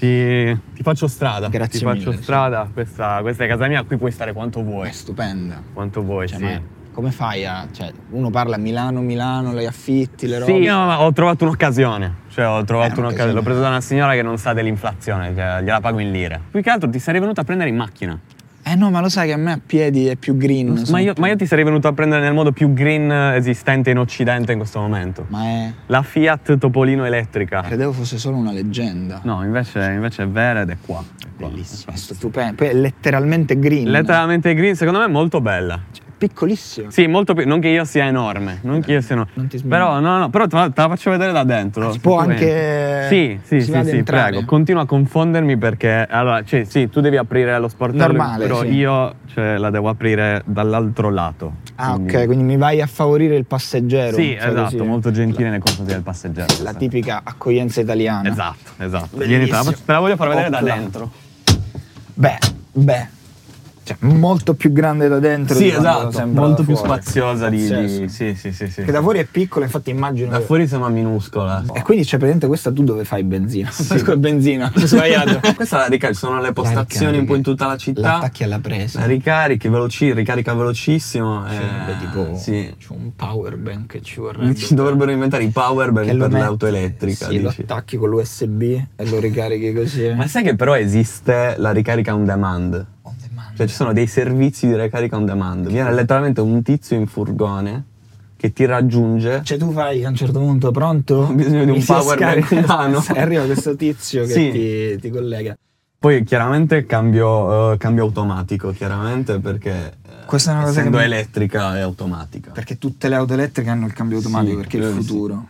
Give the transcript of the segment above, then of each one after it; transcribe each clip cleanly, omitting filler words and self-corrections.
ti faccio strada. Grazie ti faccio mille, strada. Questa è casa mia, qui puoi stare quanto vuoi. È stupenda. Quanto vuoi, Cioè, sì. ma come fai a... Cioè, uno parla a Milano, le affitti, le robe... Sì, no, ma ho trovato un'occasione. Cioè, ho trovato un'occasione. L'ho preso da una signora che non sa dell'inflazione, cioè, gliela pago in lire. Più che altro ti sarei venuto a prendere in macchina. No, ma lo sai che a me a piedi è più green. Ma io ti sarei venuto a prendere nel modo più green esistente in Occidente in questo momento. Ma è... La Fiat Topolino elettrica. Credevo fosse solo una leggenda. No, invece è vera ed è qua. Bellissima, è stupendo. Poi è letteralmente green. Letteralmente green, secondo me è molto bella. Cioè, piccolissima. Sì, molto non che io sia enorme, non che io sia enorme. Non ti smetti. Però no, però te la faccio vedere da dentro. Si può anche... Sì, prego. Continua a confondermi perché allora, cioè, sì, tu devi aprire lo sportello, normale, però sì. io la devo aprire dall'altro lato. Ah, ok, quindi mi vai a favorire il passeggero. Sì, esatto, così. molto gentile nei confronti del passeggero. La tipica accoglienza italiana. Esatto. Bellissimo. Vieni, te la voglio far vedere da Opla. dentro. Beh. Cioè, molto più grande da dentro. Sì, di quando esatto, sembra molto da più fuori. spaziosa di... Pazzesco. Sì. Che da fuori è piccola, infatti immagino Da che... fuori sembra minuscola. E quindi c'è presente questa, tu dove fai benzina? Sì. Benzina, ho sbagliato. Questa la ricarica, sono le postazioni un po' in tutta la città. L'attacchi alla presa. La ricarichi, ricarica velocissimo. Tipo sì. c'è un power bank che ci vorrebbe. Ci dovrebbero inventare i power bank Che lo per metti- l'auto elettrica. Sì, lo dici. attacchi con l'USB e lo ricarichi così. Ma sai che però esiste la ricarica on demand? On demand. Cioè ci sono dei servizi di ricarica on demand. Viene letteralmente un tizio in furgone che ti raggiunge. Cioè tu fai a un certo punto, pronto? Ho bisogno di un Mi si power bank scarica- umano. Arriva questo tizio che Sì. ti collega. Poi chiaramente cambio automatico, chiaramente, perché Questa è una cosa essendo che elettrica è automatica. Perché tutte le auto elettriche hanno il cambio automatico, perché è il futuro.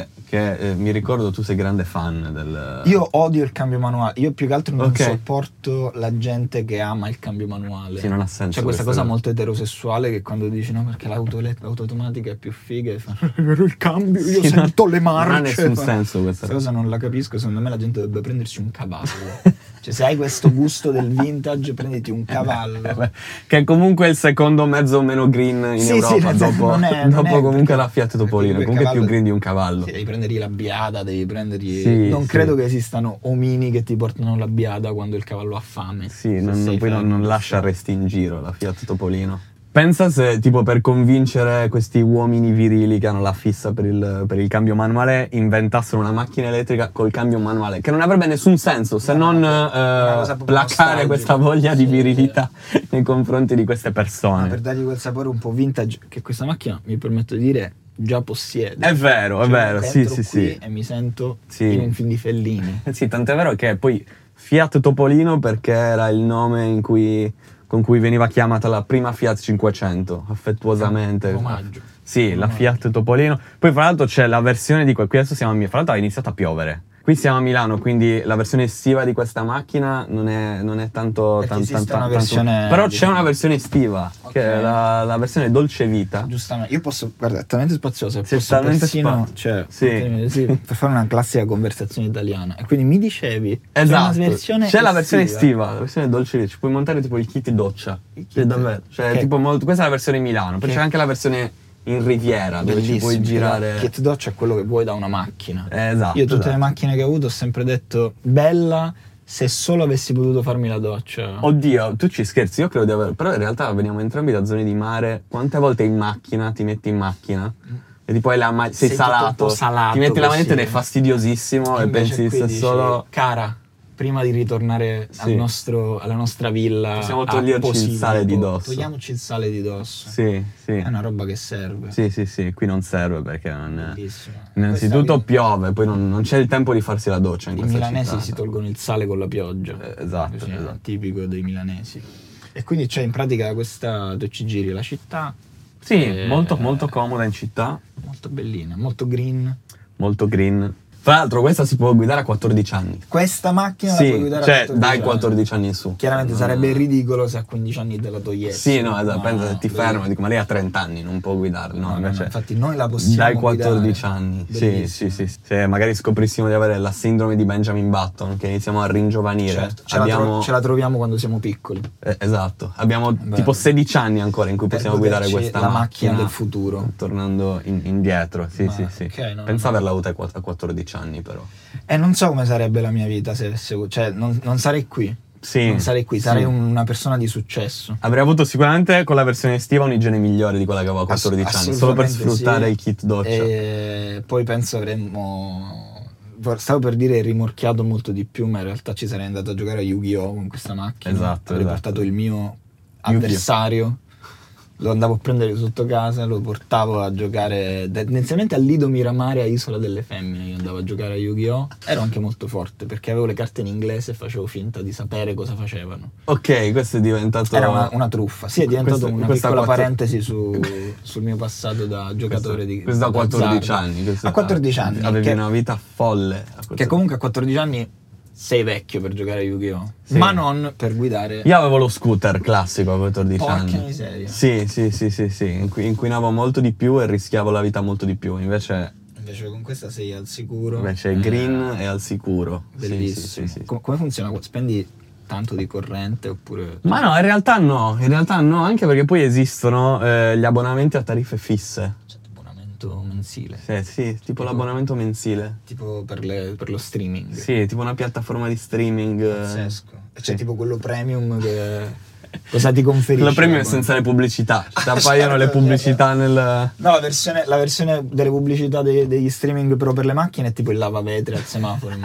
Che mi ricordo tu sei grande fan del... Io odio il cambio manuale, io più che altro non Ok. sopporto la gente che ama il cambio manuale. Sì, non ha senso C'è questa cosa cosa. molto eterosessuale che quando dici no perché l'auto automatica è più figa e fanno il cambio, io Sì, sento le marce. non ha nessun senso questa cosa non la capisco, secondo me la gente dovrebbe prendersi un cavallo. Cioè se hai questo gusto del vintage prenditi un cavallo. Che comunque è il secondo mezzo meno green in Sì, Europa, sì, dopo, non è comunque perché- la Fiat Topolino, perché comunque è più cavallo- green di un cavallo. Sì, devi prendergli la biada, devi prendergli... Sì, non sì. credo che esistano omini che ti portano la biada quando il cavallo ha fame. Sì, Se non, sei poi fermo. non lascia resti in giro la Fiat Topolino. Pensa se, tipo, per convincere questi uomini virili che hanno la fissa per il cambio manuale, inventassero una macchina elettrica col cambio manuale, che non avrebbe nessun senso se non cosa proprio placare nostalgica. questa voglia di Sì, virilità nei confronti di queste Ma persone. per dargli quel sapore un po' vintage che questa macchina, mi permetto di dire, già possiede. È vero, Cioè, sì, entro sì, qui sì. E mi sento Sì. in un film di Fellini. Sì, tant'è vero che poi Fiat Topolino perché era il nome con cui veniva chiamata la prima Fiat 500, affettuosamente. Omaggio. Sì, la Fiat Topolino. Poi fra l'altro c'è la versione di qui adesso siamo a Milano, fra l'altro ha iniziato a piovere. Qui siamo a Milano, quindi la versione estiva di questa macchina non è tanto... Perché esiste una versione Però di- c'è una versione estiva, Ok. che è la versione Dolce Vita. Giustamente, io posso, guarda, è talmente spaziosa, Sì, è posso talmente persino, cioè, Sì. per fare una classica conversazione italiana. E quindi mi dicevi, Esatto, c'è la versione estiva, la versione Dolce Vita, ci puoi montare tipo il kit doccia. Il kit- Cioè, davvero, cioè, che- tipo questa è la versione Milano, poi che- c'è anche la versione in Riviera, dove ci puoi girare... Kit doccia è quello che vuoi da una macchina. Esatto. Io tutte esatto. le macchine che ho avuto ho sempre detto, bella se solo avessi potuto farmi la doccia. Oddio, tu ci scherzi, io credo di aver... Però in realtà veniamo entrambi da zone di mare. Quante volte in macchina, ti metti in macchina e tipo hai sei Sei tutto un salato, po' salato ti metti la così. manetta ed è fastidiosissimo e Invece pensi qui se dici, solo... cara, prima di ritornare Sì. alla nostra villa Possiamo a toglierci il Posillipo, sale di dosso. togliamoci il sale di dosso. Sì, sì. È una roba che serve. Sì, qui non serve perché non... Bellissima. Innanzitutto Questa piove, poi non c'è il tempo di farsi la doccia in I questa milanesi città. si tolgono il sale con la pioggia. Esatto, Così, esatto. è tipico dei milanesi. E quindi c'è in pratica questa, tu ci giri la città. Sì, e- molto, molto comoda in città, Molto bellina, molto green. molto green. Tra l'altro questa si può guidare a 14 anni. Questa macchina la Sì, puoi guidare a cioè 14 dai anni. 14 anni in su. Chiaramente No, sarebbe no. ridicolo se a 15 anni te la togliessi. Sì, no, esatto, ma- pensa se ti bellissimo. fermo, dico, ma lei ha 30 anni, non può guidare, no, No, invece infatti noi la possiamo dai 14 guidare. anni, sì, Bellissimo. sì. Se magari scoprissimo di avere la sindrome di Benjamin Button, che iniziamo a ringiovanire, Certo, abbiamo... ce la troviamo quando siamo piccoli. esatto, abbiamo Bello. tipo 16 anni ancora in cui Per possiamo guidare goderci questa la macchina del futuro. tornando indietro, sì, Ma- sì, sì. ok, no, Pensa no. averla avuta a 14 anni però. E non so come sarebbe la mia vita se cioè non sarei qui. Sì, non sarei qui, sarei sì. una persona di successo. Avrei avuto sicuramente con la versione estiva un'igiene migliore di quella che avevo a 14 anni, solo per sfruttare il kit doccia. E poi penso stavo per dire rimorchiato molto di più, ma in realtà ci sarei andato a giocare a Yu-Gi-Oh! Con questa macchina. Esatto. Avrei portato il mio avversario, lo andavo a prendere sotto casa, lo portavo a giocare tendenzialmente a Lido Miramare, a Isola delle Femmine. Io andavo a giocare a Yu-Gi-Oh! Ero anche molto forte perché avevo le carte in inglese e facevo finta di sapere cosa facevano. Ok, questo è diventato... Era una truffa. Sì, è diventato una piccola parentesi sul mio passato da giocatore di questo a 14 anni. A 14 anni. Avevi una vita folle. Che comunque a 14 anni sei vecchio per giocare a Yu-Gi-Oh! Sì. Ma non per guidare. Io avevo lo scooter classico a 14 anni. Porca miseria. Sì. Inquinavo molto di più e rischiavo la vita molto di più. Invece con questa sei al sicuro. Invece green è al sicuro. Bellissimo. Sì. Come funziona? Spendi tanto di corrente oppure... Ma no, in realtà no, anche perché poi esistono gli abbonamenti a tariffe fisse. Mensile. Sì, tipo l'abbonamento mensile. Tipo per lo streaming. Sì, tipo una piattaforma di streaming. Pazzesco. E c'è tipo quello premium che... Cosa ti conferisce? Quello premium è senza le pubblicità. Ti appaiono le pubblicità nel... No, la versione delle pubblicità degli streaming però per le macchine è tipo il lavavetri al semaforo.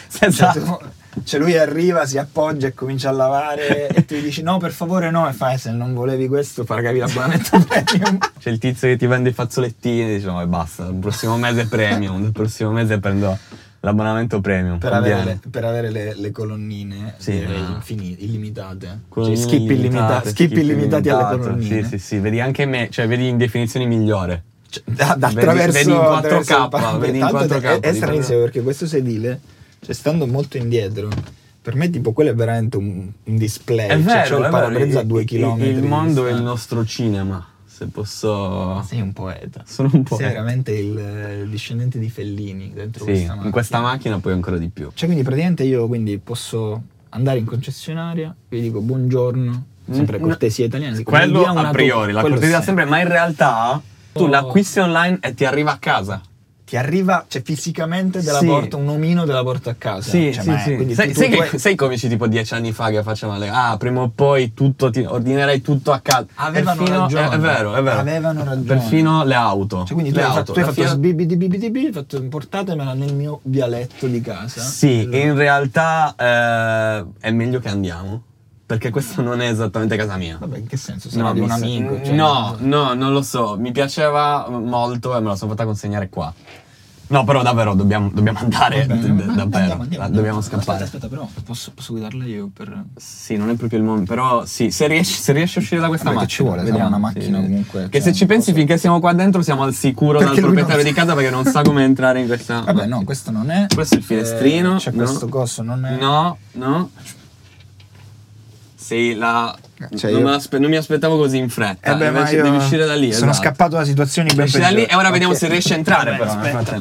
Cioè lui arriva, si appoggia e comincia a lavare e tu gli dici no, per favore no, e fai se non volevi questo pagavi l'abbonamento premium. C'è il tizio che ti vende i fazzolettini e dice no, e basta, il prossimo mese è premium, il prossimo mese prendo l'abbonamento premium. Per avere le colonnine illimitate. Skip illimitati alle colonnine. Sì, vedi anche me, cioè vedi in definizione migliore. Attraverso vedi in 4K, vedi in 4K. È stranissimo perché questo sedile, cioè stando molto indietro, per me tipo quello è veramente un display. È vero, cioè, il parabrezza a 2 km. Il mondo è il nostro cinema, se posso... Sei un poeta. Sono un poeta. Sei veramente il discendente di Fellini dentro questa macchina. In questa macchina poi ancora di più. Cioè quindi praticamente io posso andare in concessionaria, vi dico buongiorno, sempre cortesia italiana. Quello a priori, la cortesia sempre, ma in realtà tu l'acquisti online e ti arriva a casa. Ti arriva, cioè fisicamente te la porta, un omino te la porta a casa. Sì. Quindi sai comici tipo 10 anni fa che facevano prima o poi ordinerai tutto a casa. Avevano ragione. È vero. Avevano ragione. Perfino le auto. Cioè quindi tu hai fatto sbibidi, hai fatto portatemela nel mio vialetto di casa. Sì, in realtà è meglio che andiamo. Perché questa non è esattamente casa mia. Vabbè, in che senso? Sarà di un amico? Cioè, no, non lo so. Mi piaceva molto e me la sono fatta consegnare qua. No, però davvero dobbiamo andare. Davvero. Andiamo. Dobbiamo scappare. Aspetta, però posso guidarla io per... Sì, non è proprio il momento. Però sì, se riesci a uscire da questa macchina. Che ci vuole? Vediamo una macchina comunque. Che se ci pensi finché siamo qua dentro siamo al sicuro dal proprietario di casa perché non sa come entrare in questa... Vabbè, no, questo non è. Questo è il finestrino. C'è questo coso, non è. No. Sei non mi aspettavo così in fretta. Invece devi uscire da lì. Sono scappato da situazioni ben peggiori. Da lì e ora vediamo se riesci a entrare. Però.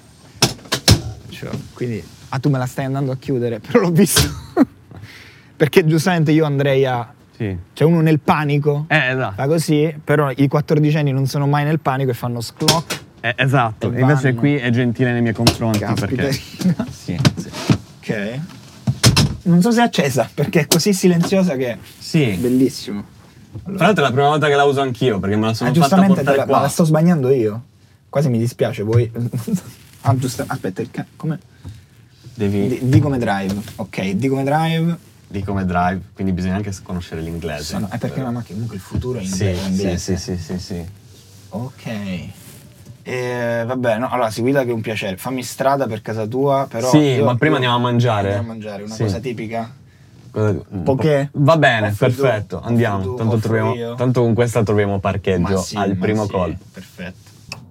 Quindi, tu me la stai andando a chiudere, però l'ho visto. Perché giustamente io andrei a... Sì. C'è uno nel panico. Esatto. Fa così, però i 14enni non sono mai nel panico e fanno scloc. Esatto. E invece qui è gentile nei miei confronti. Perché... sì. Ok. Non so se è accesa, perché è così silenziosa che... Sì. Bellissimo. Allora. Tra l'altro è la prima volta che la uso anch'io, perché me la sono fatta portare qua. Ma la sto sbagliando io. Quasi mi dispiace, voi... Aspetta, come... Di come drive. Ok, di come drive. Di come drive, quindi bisogna anche conoscere l'inglese. È perché è una macchina, comunque il futuro è inglese. Sì. Ok. Vabbè, no, allora si guida che è un piacere. Fammi strada per casa tua, però... Sì, ma prima andiamo a mangiare. Una cosa tipica. Poké? Va bene, perfetto, andiamo. Tanto con questa troviamo parcheggio al primo colpo. Perfetto.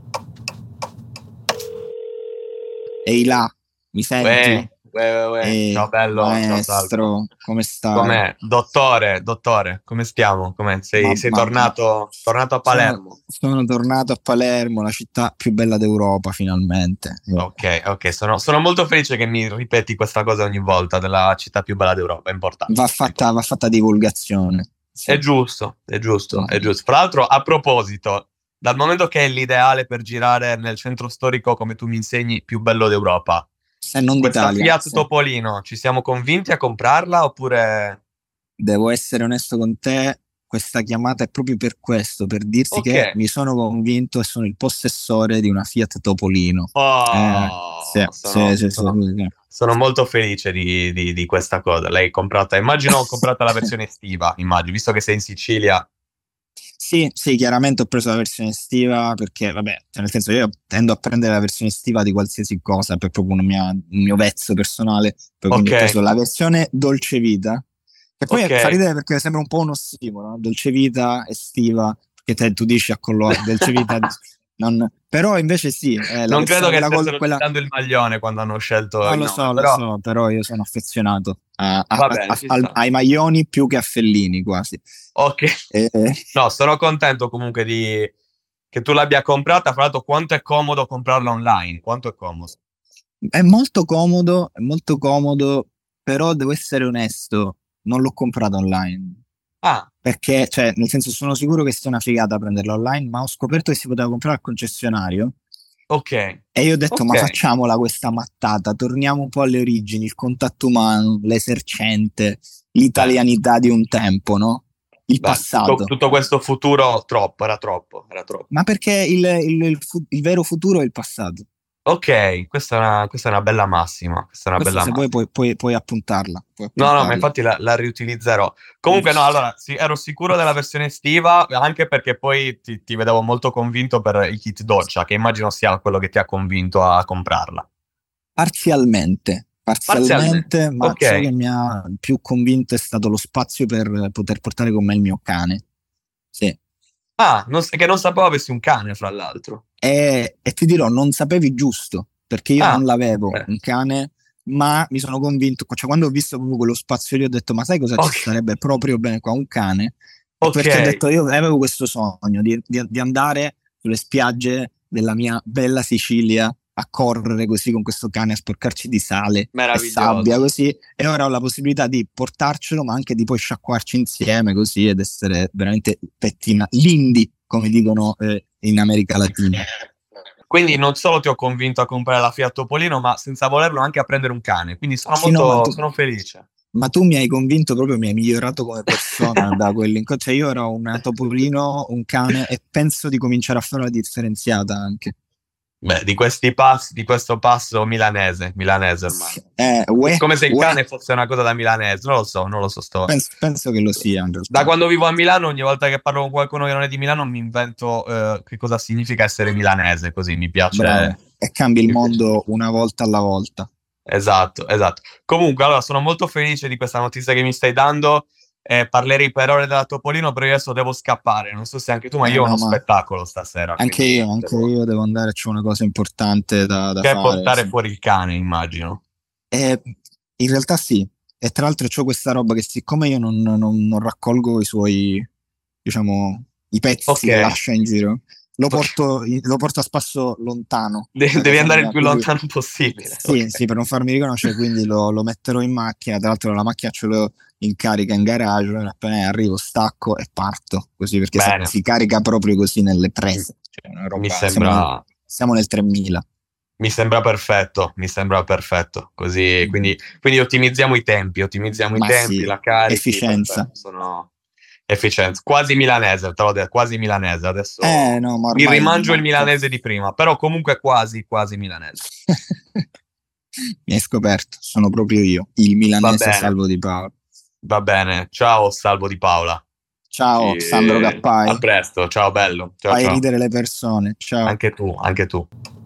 Ehi là, mi senti? Ciao bello, maestro, ciao, come stai? Com'è? Dottore, come stiamo? Com'è? Sei tornato a Palermo? Sono tornato a Palermo, la città più bella d'Europa, finalmente. Ok, sono molto felice che mi ripeti questa cosa ogni volta della città più bella d'Europa, è importante. Va fatta divulgazione. Sì. È giusto. Fra l'altro, a proposito, dal momento che è l'ideale per girare nel centro storico, come tu mi insegni, più bello d'Europa, se non questa d'Italia. Fiat Topolino, ci siamo convinti a comprarla oppure... Devo essere onesto con te, questa chiamata è proprio per questo, per dirti che mi sono convinto e sono il possessore di una Fiat Topolino. Sono molto felice di questa cosa. Lei comprata, immagino ho comprata la versione estiva, immagino, visto che sei in Sicilia. Sì, chiaramente ho preso la versione estiva perché, vabbè, cioè nel senso io tendo a prendere la versione estiva di qualsiasi cosa per proprio un mio vezzo personale, quindi ho preso la versione dolce vita. E poi fa ridere perché sembra un po' un ossimoro, no? Dolce vita, estiva, che tu dici a colore, dolce vita, però invece sì. Non credo che stessero citando il maglione quando hanno scelto lo so, però io sono affezionato ai maglioni più che a Fellini quasi. No, sono contento comunque che tu l'abbia comprata. Fra l'altro, quanto è comodo comprarla online? Quanto è comodo? È molto comodo, però devo essere onesto, non l'ho comprata online. Perché, cioè, nel senso, sono sicuro che sia una figata prenderla online, ma ho scoperto che si poteva comprare al concessionario. E io ho detto, ma facciamola questa mattata, torniamo un po' alle origini, il contatto umano, l'esercente, l'italianità di un tempo, no? Il passato. Tutto questo futuro era troppo. Ma perché il vero futuro è il passato. Ok, questa è una bella massima. Puoi appuntarla. No, ma infatti la riutilizzerò. Comunque no, allora, sì, ero sicuro della versione estiva, anche perché poi ti vedevo molto convinto per il kit doccia, che immagino sia quello che ti ha convinto a comprarla. Parzialmente, ma ciò che mi ha più convinto è stato lo spazio per poter portare con me il mio cane. Sì. Che non sapevo avessi un cane, fra l'altro. E ti dirò, non sapevi giusto, perché io non l'avevo un cane, ma mi sono convinto, cioè quando ho visto proprio quello spazio lì ho detto, ma sai cosa ci sarebbe proprio bene qua? Un cane. Perché ho detto, io avevo questo sogno di andare sulle spiagge della mia bella Sicilia a correre così con questo cane, a sporcarci di sale e sabbia così, e ora ho la possibilità di portarcelo, ma anche di poi sciacquarci insieme così ed essere veramente l'indie, come dicono in America Latina. Quindi non solo ti ho convinto a comprare la Fiat Topolino, ma senza volerlo anche a prendere un cane, quindi sono felice. Ma tu mi hai convinto proprio, mi hai migliorato come persona da quell'incontro. Cioè io ero un Topolino, un cane, e penso di cominciare a fare la differenziata anche. Beh, di questo passo milanese ormai. Come se il cane fosse una cosa da milanese, non lo so. Penso che lo sia. Da quando vivo a Milano, ogni volta che parlo con qualcuno che non è di Milano, mi invento che cosa significa essere milanese, così mi piace. Bravo. E cambi il mondo una volta alla volta. Esatto. Comunque, allora, sono molto felice di questa notizia che mi stai dando. Parlerei per ore della Topolino, però adesso devo scappare. Non so se anche tu, ma io ho uno spettacolo stasera. Anche io devo andare, c'è una cosa importante da fare. Portare fuori il cane, immagino. In realtà sì. E tra l'altro c'ho questa roba che, siccome io non raccolgo i suoi, diciamo, i pezzi che lascia in giro, lo porto a spasso lontano. Devi andare il più lontano possibile. Sì, per non farmi riconoscere, quindi lo metterò in macchina. Tra l'altro la macchina ce l'ho in carica in garage, appena arrivo stacco e parto, così, perché si carica proprio così nelle prese. Cioè, una roba, mi sembra... Siamo nel 3000. Mi sembra perfetto. Così, quindi ottimizziamo i tempi, la carica. Efficienza. Efficienza, quasi milanese, te l'ho detto, quasi milanese. Adesso mi rimangio il milanese di prima, però comunque quasi milanese. Mi hai scoperto, sono proprio io, il milanese Salvo Di Paola. Va bene, ciao Salvo Di Paola. Ciao Sandro Cappai. A presto, ciao bello. Ciao, Fai ridere le persone, ciao. Anche tu.